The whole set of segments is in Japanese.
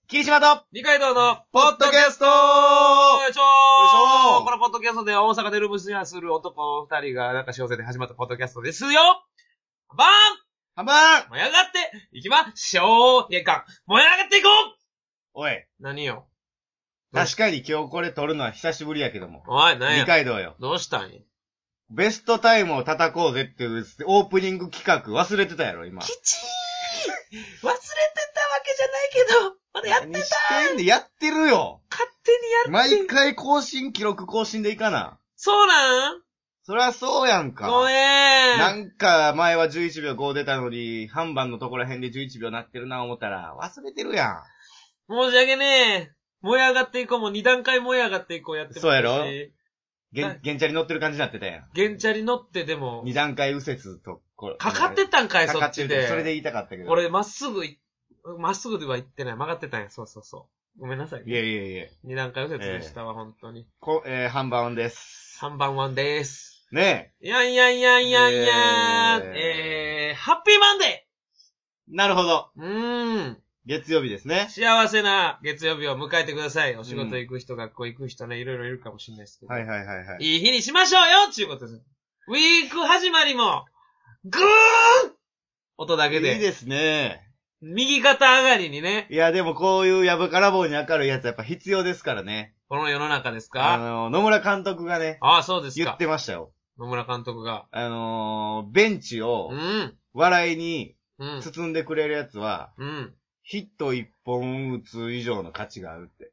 霧島と二階堂のポッドキャストよいしょよいしょこのポッドキャストでは大阪でルームシェアする男二人がなんか幸せで始まったポッドキャストですよ。バーンハンバーグ燃え上がっていきましょう。いやいかん。燃え上がっていこうおい、 何よ。 確かに今日これ撮るのは久しぶりやけども。 おい、何二や。 階堂よ。 どうしたんや。 ベストタイムを叩こうぜっていうオープニング企画忘れてたやろ、今。 きちー忘れてたわけじゃないけど、まだやって何たしてんでやってるよ。 勝手にやって毎回記録更新でいかな。 そうなんそりゃそうやんか。 ごめん。 なんか前は11秒5出たのに、半番のところ辺で11秒なってるな思ったら忘れてるやん。 申し訳ねえ。燃え上がっていこうも2段階燃え上がっていこうやってもそうやろはいゲンチャリ乗ってる感じになってたやん。 ゲンチャリ乗ってでも、 二段階右折と、 かかってたんかい、そかかってるっちで。 それで言いたかったけど。 俺、まっすぐでは行ってない。曲がってたんや。そうそうそう。ごめんなさい。 いえいえいえ。 二段階右折でしたわ、本当に。 半番音です。 3番1でーす。 ねいやいやいやいやいやハッピーマンデえ。なるほど。 ー月曜日ですね。 幸せな月曜日を迎えてください。お仕事行く人、学校行く人ね、いろいろいるかもしれないですけど。 はいはいはいはい。 いい日にしましょうよっていうことです。ウィーク始まりも、グーン音だけで。 いいですね。 右肩上がりにね。 いやでもこういうやぶから棒に明るいやつやっぱ必要ですからね。 この世の中ですか野村監督がね、 ああ、そうですか。 言ってましたよ。 野村監督が。 ベンチをうん。 笑いにうん。 包んでくれるやつは、 うん。 ヒット一本打つ以上の価値があるって。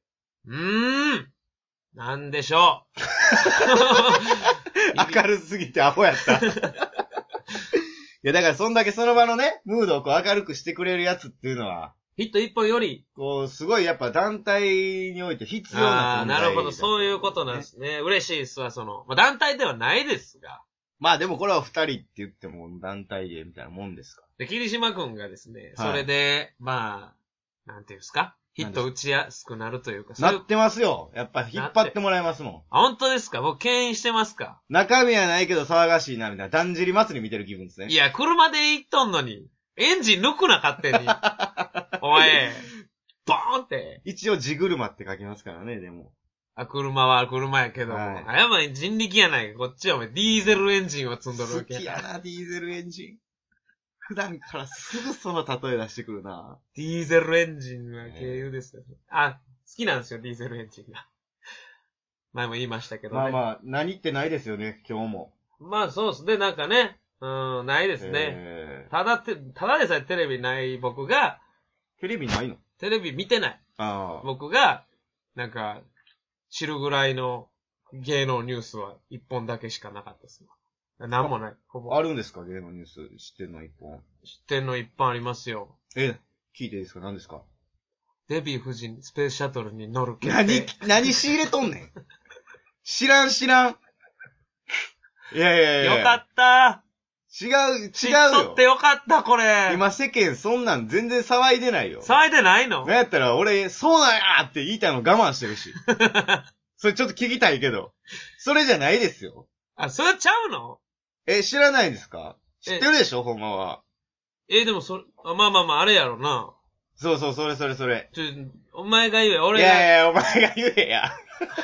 なんでしょう。 明るすぎてアホやった。いや、だからそんだけその場のね、ムードをこう明るくしてくれるやつっていうのは、 ヒット一本より。 こう、すごいやっぱ団体において必要な存在ああ、 だなるほど。そういうことなんですね。嬉しいですわ、まあ、団体ではないですが。 まあでもこれは二人って言っても団体芸みたいなもんですか。 で、霧島くんがですね、 はいそれで、まあ、なんていうんですかヒット打ちやすくなるというか、そういうなってますよ。やっぱ引っ張ってもらえますもん。 あ、本当ですか僕、牽引してますか中身はないけど騒がしいな、みたいな。だんじり祭り見てる気分ですね。 いや、車で行っとんのに、エンジン抜くな、勝手に。おい、ボーンって。 一応地車って書きますからね、でも。 あ、車は車やけども。 はいあやま人力やないか。こっちはお前、ディーゼルエンジンを積んどるわ好けやから。 きやな、ディーゼルエンジン。普段からすぐその例え出してくるな。 ディーゼルエンジンは経由ですよね。あ、好きなんですよ、ディーゼルエンジンが。前も言いましたけどね。 まあまあ、何ってないですよね、今日も。 まあそうですね、なんかね。ないですね。ただでさえテレビない僕が、 テレビないの？ テレビ見てない。 ああ。 僕が、なんか、知るぐらいの芸能ニュースは一本だけしかなかったです。なんもない。ほぼ。 あるんですか、芸能ニュース。知ってんの一本。 知ってんのいっぱいありますよ。 聞いていいですか？何ですか？ デヴィ夫人、スペースシャトルに乗る決定。 何仕入れとんねん。知らん。いや。 よかった違知っうよ。 とってよかった、これ。 今世間そんなん全然騒いでないよ。 騒いでないのなんやったら俺、そうなんやって言いたいの我慢してるし。それちょっと聞きたいけど。それじゃないですよ。 あ、それちゃうの知らないんですか？知ってるでしょ、ほんまは。 でもまあ、あれやろな。 そう、それ。 お前が言え、 い俺が。 や、お前が言えや。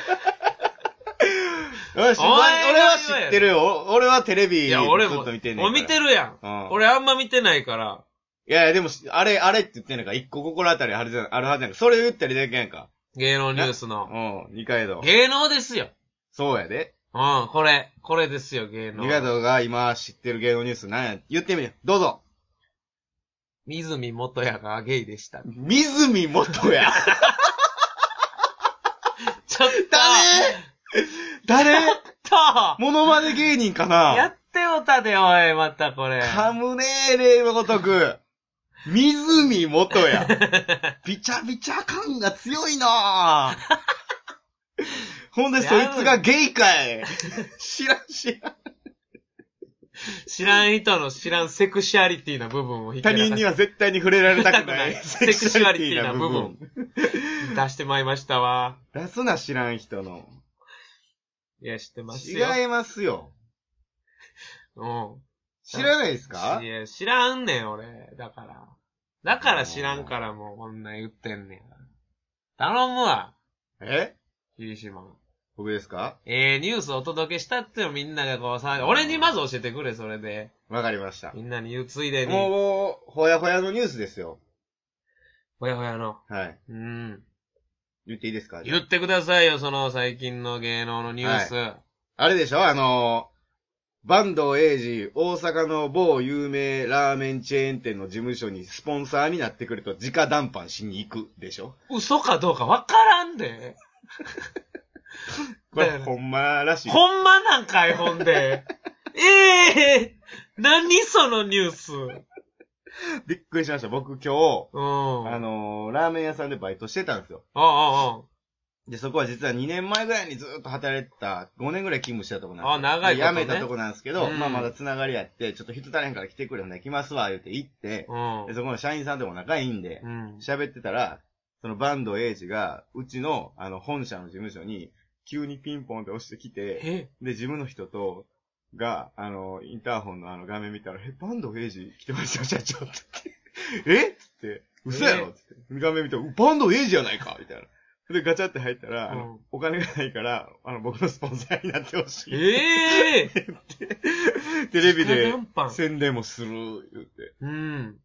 よし、俺は知ってるよ。俺はテレビずっいや、俺も、 と見てんねんから。 見てるやん。 うん。 俺あんま見てないから。 いや、でも、あれって言ってんのか、一個心当たりあるはずやんか。それ言ったりできやんか。 芸能ニュースの。 二階堂。 芸能ですよ。 そうやで。 これですよ、芸能。 二階堂が今知ってる芸能ニュース何や、言ってみる。どうぞ。 水見元也がゲイでした。 水見元や。 ちょっと誰とモノマネ芸人かなやってよたで、おい、またこれ。 噛むねー、例のごとく。水見元や。ビチャビチャ感が強いなぁ。ほんで、そいつがゲイかい。知らん。 知らん人の知らんセクシュアリティな部分を他人には絶対に触れられたくない。 セクシュアリティな部分。出してまいりましたわ。 出すな、知らん人の。 いや、知ってますよ。 違いますよ。知らないですか？ いや、知らんねん、俺。だから知らんからもうこんな言ってんねん。 頼むわ。 霧島。 僕ですか？ ニュースをお届けしたってよ、みんながこう騒いで。俺にまず教えてくれ、それで。 わかりました。 みんなに言うついでに。 もう、ほやほやのニュースですよ。 ほやほやの。 はい。言っていいですか？ 言ってくださいよ、その最近の芸能のニュース。 はい、あれでしょ坂東英二、大阪の某有名ラーメンチェーン店の事務所にスポンサーになってくると直談判しに行くでしょ？ 嘘かどうかわからんで。 これほんまらしい。 ほんまなんかい、ほんで。何そのニュース。 びっくりしました。僕今日、ラーメン屋さんでバイトしてたんですよ。で、そこは実は2年前ぐらいにずっと働いてた、5年ぐらい勤務してたとこなんですよ。 長いことね。 辞めたとこなんですけど、まだつながりあって、ちょっと人足りへんから来てくれほんで来ますわ、言うて行って、でそこの社員さんとも仲いいんで、喋ってたら、その坂東英二が、うちの、本社の事務所に、急にピンポンって押してきて、で、事務の人と、インターホンの画面見たら、坂東英二来てましたよ、社長って。つって、嘘やろつって。画面見たら、坂東英二やないかみたいな。で、ガチャって入ったら、お金がないから、僕のスポンサーになってほしい。テレビで宣伝もする、言って。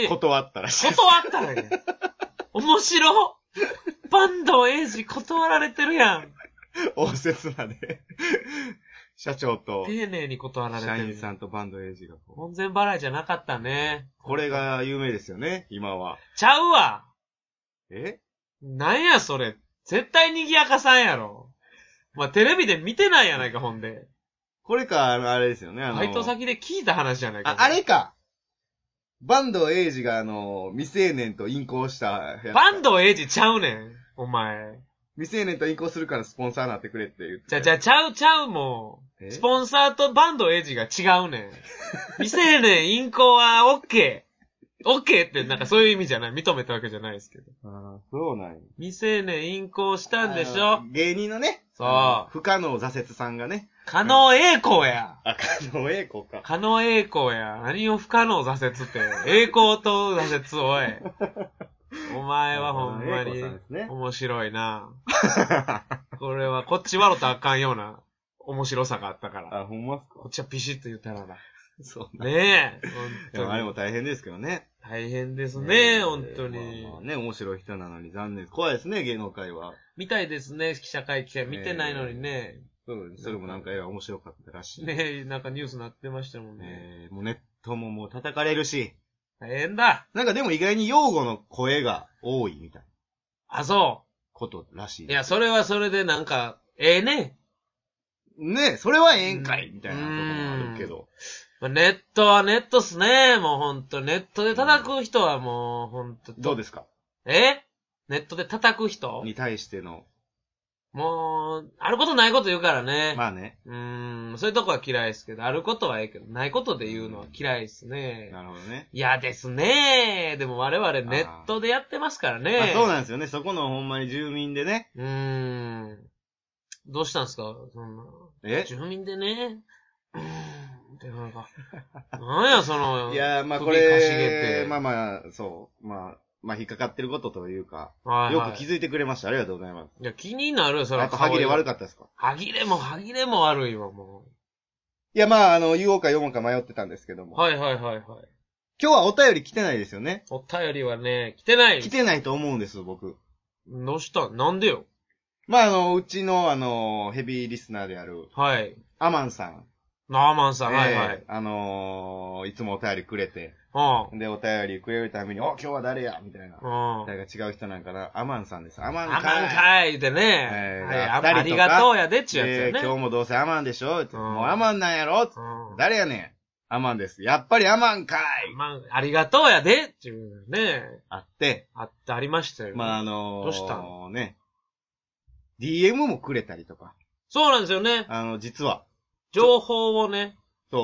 断ったらしい。 断ったらね。面白坂東英二断られてるやん。 応接まで。社長と、 丁寧に断られてる。 社員さんと坂東英二が。 門前払いじゃなかったね。 これが有名ですよね、今は。 ちゃうわ。 なんやそれ。絶対にぎやかさんやろ。テレビで見てないやないか、ほんで。 これか、あれですよね、 バイト先で聞いた話じゃないか。 あれか。坂東英二が未成年と淫行したやつ。 坂東英二ちゃうねん、お前。 未成年と淫行するからスポンサーになってくれって言って。 ちゃうもう。スポンサーと坂東英二が違うねん。未成年淫行はオッケー。オッケーってなんかそういう意味じゃない。認めたわけじゃないですけど。 そうなんや。 未成年淫行したんでしょ？ 芸人のね。 そう。 不可能挫折さんがね。 可能栄光や。 可能栄光か。 可能栄光や。何を不可能挫折って。栄光と挫折おい。お前はほんまに面白いな。これはこっち笑ったらあかんような面白さがあったから。 ほんまっすか？ こっちはピシッと言ったらな。 そうねえ。でもあれも大変ですけどね。 大変ですね、本当に。 面白い人なのに残念。怖いですね、芸能界は。 見たいですね、記者会見。見てないのにね。 それもなんか面白かったらしい。 ねなんかニュースなってましたもんね。 もうネットももう叩かれるし。 大変だ。 なんかでも意外に擁護の声が多いみたいな。 そう。 ことらしい。 いや、それはそれでなんか、ね。 ねそれはええんかいみたいなとこもあるけど。 ネットはネットっすね。もうほんと。ネットで叩く人はもうほんと。 どうですか？ ネットで叩く人に対しての。 もう、あることないこと言うからね。 まあね。 そういうとこは嫌いですけど、あることはええけど、ないことで言うのは嫌いですね。 なるほどね。 嫌ですね。でも我々ネットでやってますからね。 そうなんですよね。そこのほんまに住民でね。 どうしたんすかそんな。住民でね。ってなんか。なんやその。 いや、まあこれ、まあ、そう。まあ引っかかってることというか、よく気づいてくれました。ありがとうございます。 いや、気になるそれは。歯切れ悪かったですか？ 歯切れも悪いわ、もう。 いや、まあ言おうか読もうか迷ってたんですけども。 はい。 今日はお便り来てないですよね。 お便りはね、来てない。 来てないと思うんです、僕。 どうしたなんでよ。 まあうちのヘビーリスナーである。 はい。 アマンさん。 アマンさん、はい。 いつもお便りくれて。で、お便りくれるために、今日は誰やみたいな。誰か違う人なんかな。アマンさんです。アマンかいってね。ありがとうやでっちゅうやつやね。 今日もどうせアマンでしょもうアマンなんやろ誰やねん。アマンです。やっぱりアマンかい。 ありがとうやでっちゅうね。ありましたよ。 まあどうしたね。DM もくれたりとか。 そうなんですよね。 実は。 情報をね。 そう。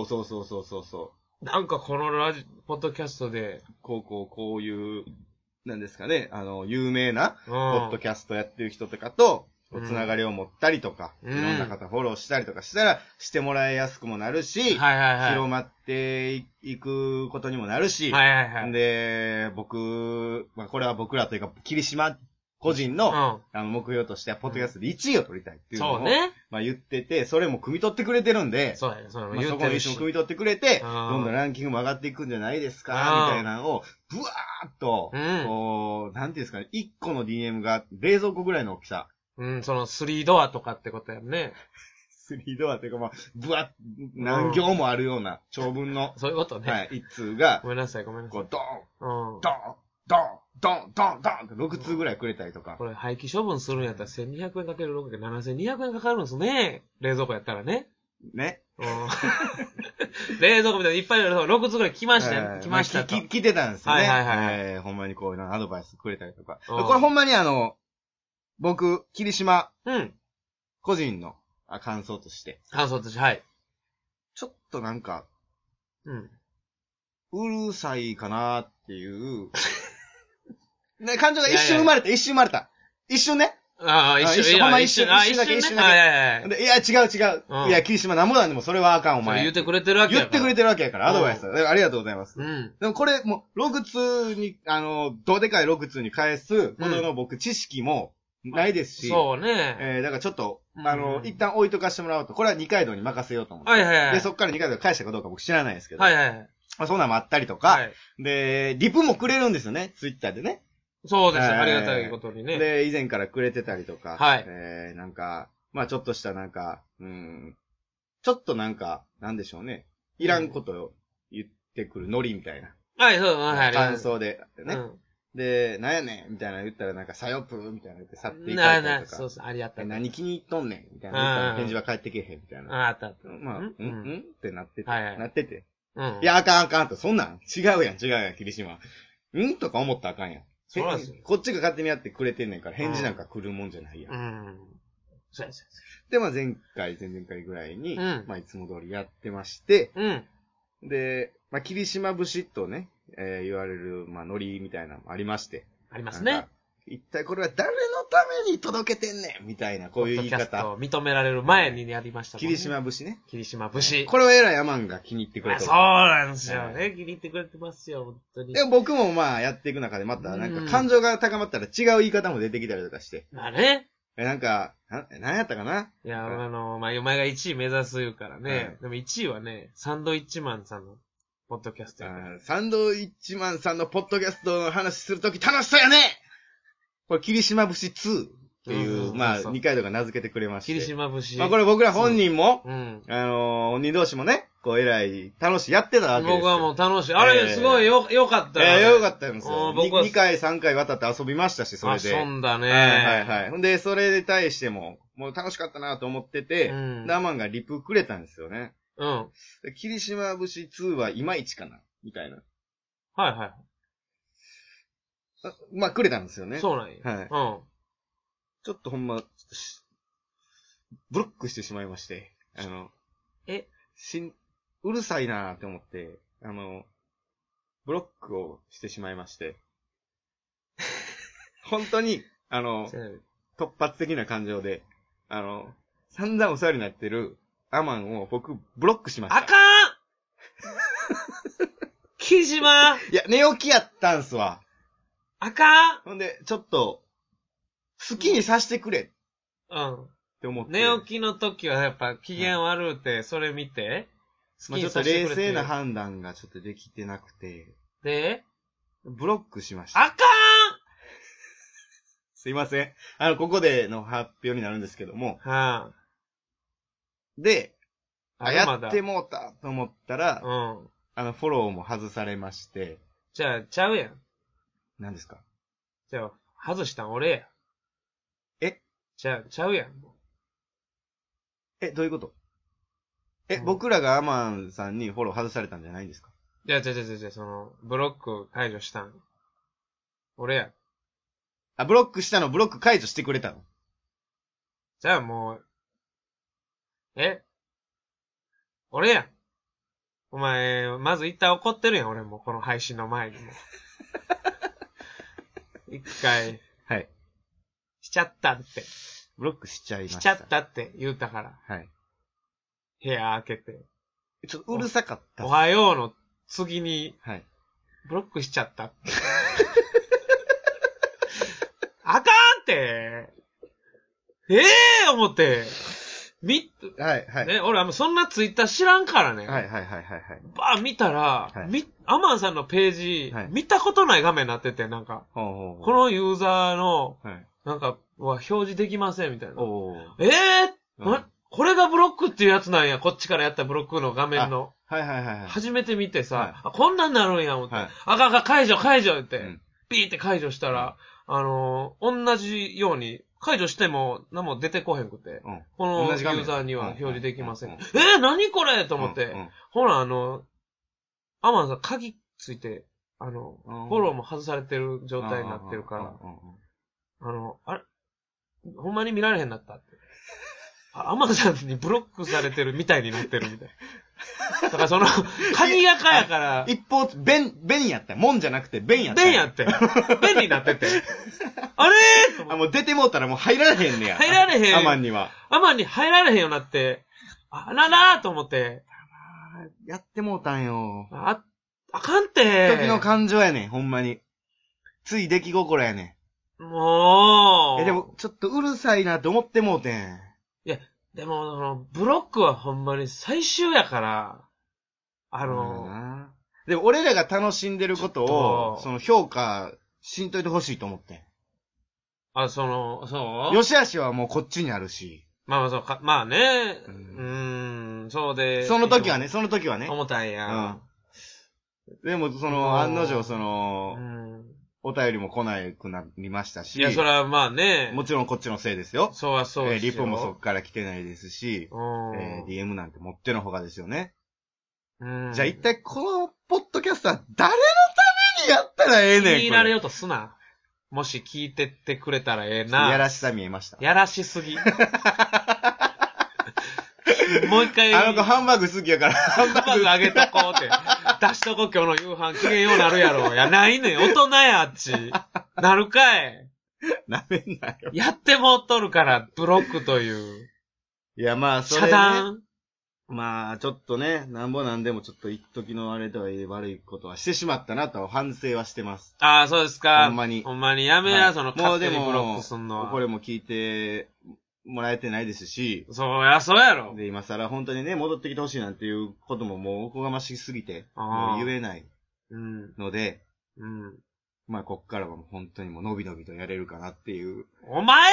なんかこのポッドキャストで。 こういう、なんですかね、有名な、ポッドキャストやってる人とかと、つながりを持ったりとか、いろんな方フォローしたりとかしたら、してもらいやすくもなるし、広まっていくことにもなるし、で、これは僕らというか、霧島個人の、 うん。 目標としては、ポッドキャストで1位を取りたいっていうのを、 そうね。 まあ言ってて、それも汲み取ってくれてるんで、 そうやね。それもまあそ言ってるし。 この一緒も汲み取ってくれて、 うんどんどんランキングも上がっていくんじゃないですか、 うんみたいなのを、ブワーっと、 うんこう、なんていうんですかね、1個の DM が冷蔵庫ぐらいの大きさ。 うん、その3ドアとかってことやんね。 3ドアというか、まあ、ブワッ、何行もあるような長文の、 そういうことね。 はい、一通がご、めんなさい、ごめんなさい。 こう、ドーン、 うん。 ドーン、ドーン、ドーン、ドーン、ドーンって6通ぐらいくれたりとか。 これ廃棄処分するんやったら1200円かける6で7200円かかるんですね。冷蔵庫やったらね。 ね。 うん。冷蔵庫みたいにいっぱい6通ぐらい来ましたよ。来ましたと。 来てたんですよね。 はいはいはいほんまにこういうのアドバイスくれたりとか。 うんこれほんまに僕、霧島うん。 個人の感想として、 感想として、はい。 ちょっとなんか、 うん。 うるさいかなっていう、ね、感情が一瞬生まれた、一瞬生まれた。一瞬ね。 ああ、一瞬、 ほんま一瞬だけ、 一瞬一瞬だけ。いや、違う。 うんいや、霧島なんもなんでもそれはあかん、お前。 言ってくれてるわけやから。 言ってくれてるわけやから、アドバイス。ありがとうございます。 うん。 でもこれ、もう、6通に、どでかい6通に返すほどの僕、知識もないですし。 そうね。 だからちょっと、一旦置いとかしてもらうと、これは二階堂に任せようと思って。 はいはいはい。 で、そっから二階堂返したかどうか僕知らないですけど。 はいはいはい。 まあ、そんなのもあったりとか。 はい。 で、リプもくれるんですよね、ツイッターでね。 そうですよ、ありがたいことにね。 で、以前からくれてたりとか。 はい。 なんか、まあちょっとしたなんか、ちょっとなんか、なんでしょうね。いらんことを言ってくるノリみたいな。 はい、そう、はい。 感想で、ね。 うん。 で、なんやねんみたいなの言ったらなんか、さよぷーみたいなの言って去っていかれたりとか。 そうそう、ありがたい。 何気に入っとんねんみたいな言ったら返事は返ってけへんみたいな。 あった。 まあ、ってなってて。 はいなってて。 うん。 いや、あかんと、そんなん違うやん、霧島。とか思ったらあかんやん。 そうなんですよ。 こっちが勝手にやってくれてんねんから、返事なんか来るもんじゃないやん。 そうです。 で、まあ前回ぐらいに、 まあいつも通りやってまして、 うん。 で、まあ霧島節とね、言われる、まあノリみたいなのもありまして。 ありますね。 一体これは誰のために届けてんねんみたいな、こういう言い方。 認められる前にやりましたもんね。 霧島節ね。 霧島節。 これは偉いアマンが気に入ってくれてる。 そうなんですよね。気に入ってくれてますよ、本当に。 で、僕もまあやっていく中でまた、なんか感情が高まったら違う言い方も出てきたりとかして。 まあね。 なんか、なんやったかな。 いや、まあ、お前が1位目指す言うからね。でも1位はね、サンドイッチマンさんのポッドキャストやから。 サンドイッチマンさんのポッドキャストの話するとき楽しそうやね。これ、霧島節2っていう、まあ、二階堂が名付けてくれまして。 霧島節。 まあ、これ僕ら本人も、 本人同士もね、こう、偉い、楽しいやってたわけですよ。 僕はもう楽しい。あれ、すごいよかったよ。よかったんですよ。 僕は 2回、3回渡って遊びましたし、それで。 遊んだね。 はい。ほんで、それに対しても、もう楽しかったなと思ってて、ダーマンがリプくれたんですよね。霧島節2はいまいちかなみたいな。 はい。 まあ、くれたんですよね。 そうなんや。 はい。ちょっとほんま、ブロックしてしまいまして。うるさいなーって思って、ブロックをしてしまいまして。本当に、突発的な感情で、散々お世話になってるアマンを僕、ブロックしました。 あかん霧島いや、寝起きやったんすわ。 あかんほんで、ちょっと、好きにさせてくれ。って思って。 寝起きの時はやっぱ機嫌悪うて、それ見て、 好きにさせてくれ。ちょっと冷静な判断がちょっとできてなくて。 で、 ブロックしました。 あかんすいません。ここでの発表になるんですけども。で、やってもうたと思ったら、フォローも外されまして。 じゃあ、ちゃうやん。 何ですか？ じゃあ、外したん俺や。ちゃうやん。 どういうこと？僕らがアマンさんにフォロー外されたんじゃないんですか？ いや、ブロック解除したん。俺や。 ブロックしたのブロック解除してくれたの？ じゃあもう、俺や。お前、まず一旦怒ってるやん、俺も。この配信の前にも。一回。 はい。 しちゃったって。 ブロックしちゃいました。 しちゃったって言ったから。 はい。 部屋開けて。 ちょっとうるさかった。 おはようの次に。 はい。 ブロックしちゃったって。 あかんって。思って。 はいはい。 ね、俺そんなツイッター知らんからね。 はいはいはいはい。 バーン見たら、アマンさんのページ、見たことない画面になってて、なんか、このユーザーの、なんか、表示できませんみたいな。これがブロックっていうやつなんや。こっちからやったブロックの画面の。初めて見てさ、こんなんなるんや、思って。解除って、ピーって解除したら、同じように、解除しても何も出てこへんくて、このユーザーには表示できません。何これと思って、ほら、アマンさん鍵ついて、フォローも外されてる状態になってるから、あれほんまに見られへんなったって。アマンさんにブロックされてるみたいになってるみたい。だからその、鍵垢やから。 一方、弁やった。もんじゃなくて弁やった。 弁やって。弁になってて。あれもう出てもうたらもう入られへんねや。 入られへん。 アマンには。 アマンに入られへんようになって、あららーと思って。 やってもうたんよ。 あかんって。 時の感情やねん、ほんまに。つい出来心やねん。もう。 でも、ちょっとうるさいなって思ってもうてん。 いや、でも、ブロックはほんまに最終やから、 でも俺らが楽しんでることを、その評価しんといてほしいと思って。 そうよしあしはもうこっちにあるし。 まあね。そうで。 その時はね。 思ったんや。 でも、案の定、お便りも来なくなりましたし。 いや、それはまあね。 もちろんこっちのせいですよ。 そうですよ。 リプもそっから来てないですし、DM なんてもってのほかですよね。じゃあ一体このポッドキャストは誰のためにやったらええねん。 気に入られようとすな。もし聞いてってくれたらええな。 やらしさ見えました。 やらしすぎ。もう一回。 子ハンバーグ好きやから。 ハンバーグあげとこうって。出しとこ今日の夕飯機嫌ようなるやろ。いや、ないねん。大人やっち。なるかい。 なめんなよ。 やってもっとるから、ブロックという。 いや、まあ、それ、ね。 遮断。 まあ、ちょっとね、なんぼなんでもちょっと一時のあれでは悪いことはしてしまったなと反省はしてます。 ああ、そうですか。 ほんまに。 ほんまにやめや、その勝手にブロックすんのは。 これも聞いてもらえてないですし。 そうやろ。 で、今更本当にね、戻ってきてほしいなんていうことももうおこがましすぎて、もう言えないので、まあ、こっからはもう本当にもう伸び伸びとやれるかなっていう。 お前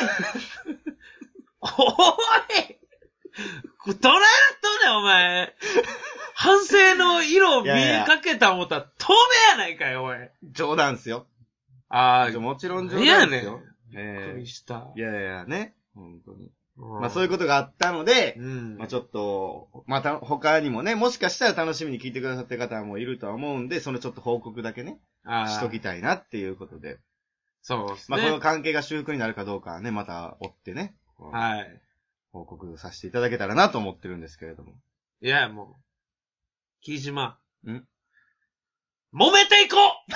おいどないなっとんねん、お前。反省の色を見えかけた思ったら透明やないかよ、おい。 冗談っすよ。 ああ。 もちろん冗談ですよ。 びっくりした。 いや、ね。本当に。まあそういうことがあったので、まあちょっと、また他にもね、もしかしたら楽しみに聞いてくださってる方もいるとは思うんで、そのちょっと報告だけね、しときたいなっていうことで。 そうですね。 まあこの関係が修復になるかどうかはね、また追ってね。 はい。 報告させていただけたらなと思ってるんですけれども。 いや、もう、霧島。揉めていこう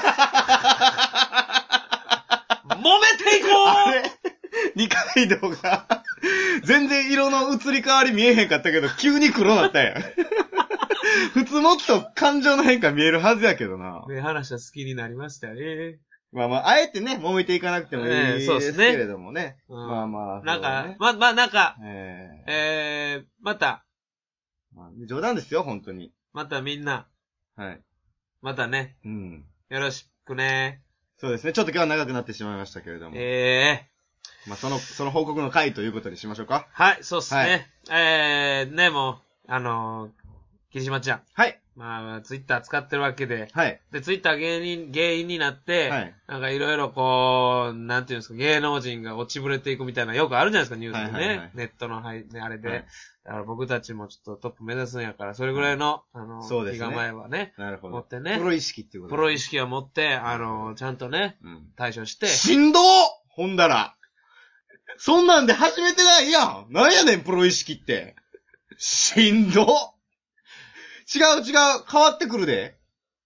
揉めていこうあれ二階堂が、全然色の移り変わり見えへんかったけど、急に黒なったやん。普通もっと感情の変化見えるはずやけどな。 ね、話は好きになりましたね。 まあまあ、あえてね、揉めていかなくてもいいですけれどもね。まあまあ、 なんか、まあなんか、また、 冗談ですよ、本当に。 またみんな。 はい。 またね。よろしくね。 そうですね。ちょっと今日は長くなってしまいましたけれども。まあ、その報告の回ということにしましょうか。 はい、そうっすね。ね、もう、霧島ちゃん。 はい。 まあ、ツイッター使ってるわけで。 はい。 で、ツイッター原因になって、 はい。 なんかいろいろこう、なんていうんですか、芸能人が落ちぶれていくみたいなよくあるじゃないですか、ニュースでね。はい、ネットの、あれで。はい、だから僕たちもちょっとトップ目指すんやから、それぐらいの、 そうですね。 気構えはね。 なるほど。 持ってね。 プロ意識っていうことプロ意識は持って、ちゃんとね、対処して。 しんどーほんだら。そんなんで始めてないやん。なんやねん、プロ意識って。しんど違う、変わってくるで。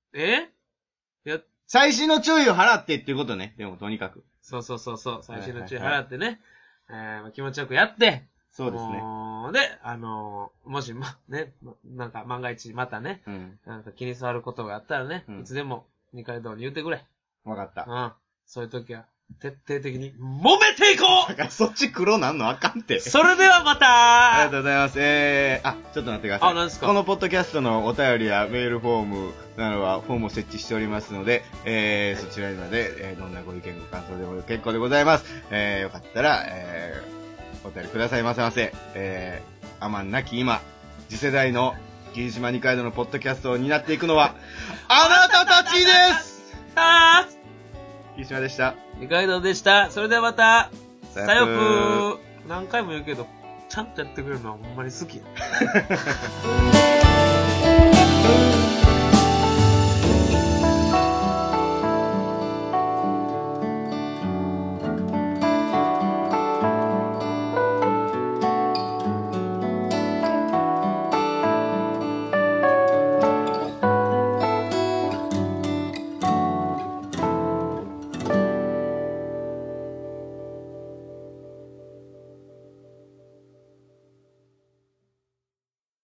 細心の注意を払ってっていうことね。でも、とにかく。 そう。細心の注意払ってね。気持ちよくやって。 そうですね。 で、もし、ね、なんか万が一またね、なんか気に障ることがあったらね、いつでも二階堂に言ってくれ。 わかった。 そういう時は、 徹底的に揉めていこだからそっち黒なんのあかんって。 う。それではまたありがとうございます。ちょっと待ってください。 あ、何ですか？ このポッドキャストのお便りやメールフォームなどはフォームを設置しておりますので、そちらまで、どんなご意見ご感想でも結構でございます。よかったら、お便りくださいませませ。アマンなき今、次世代の霧島二階堂のポッドキャストを担っていくのは、あなたたちです！霧島でした。 二階堂でした。それではまた、 さよくー。何回も言うけど、ちゃんとやってくれるのはほんまに好きや。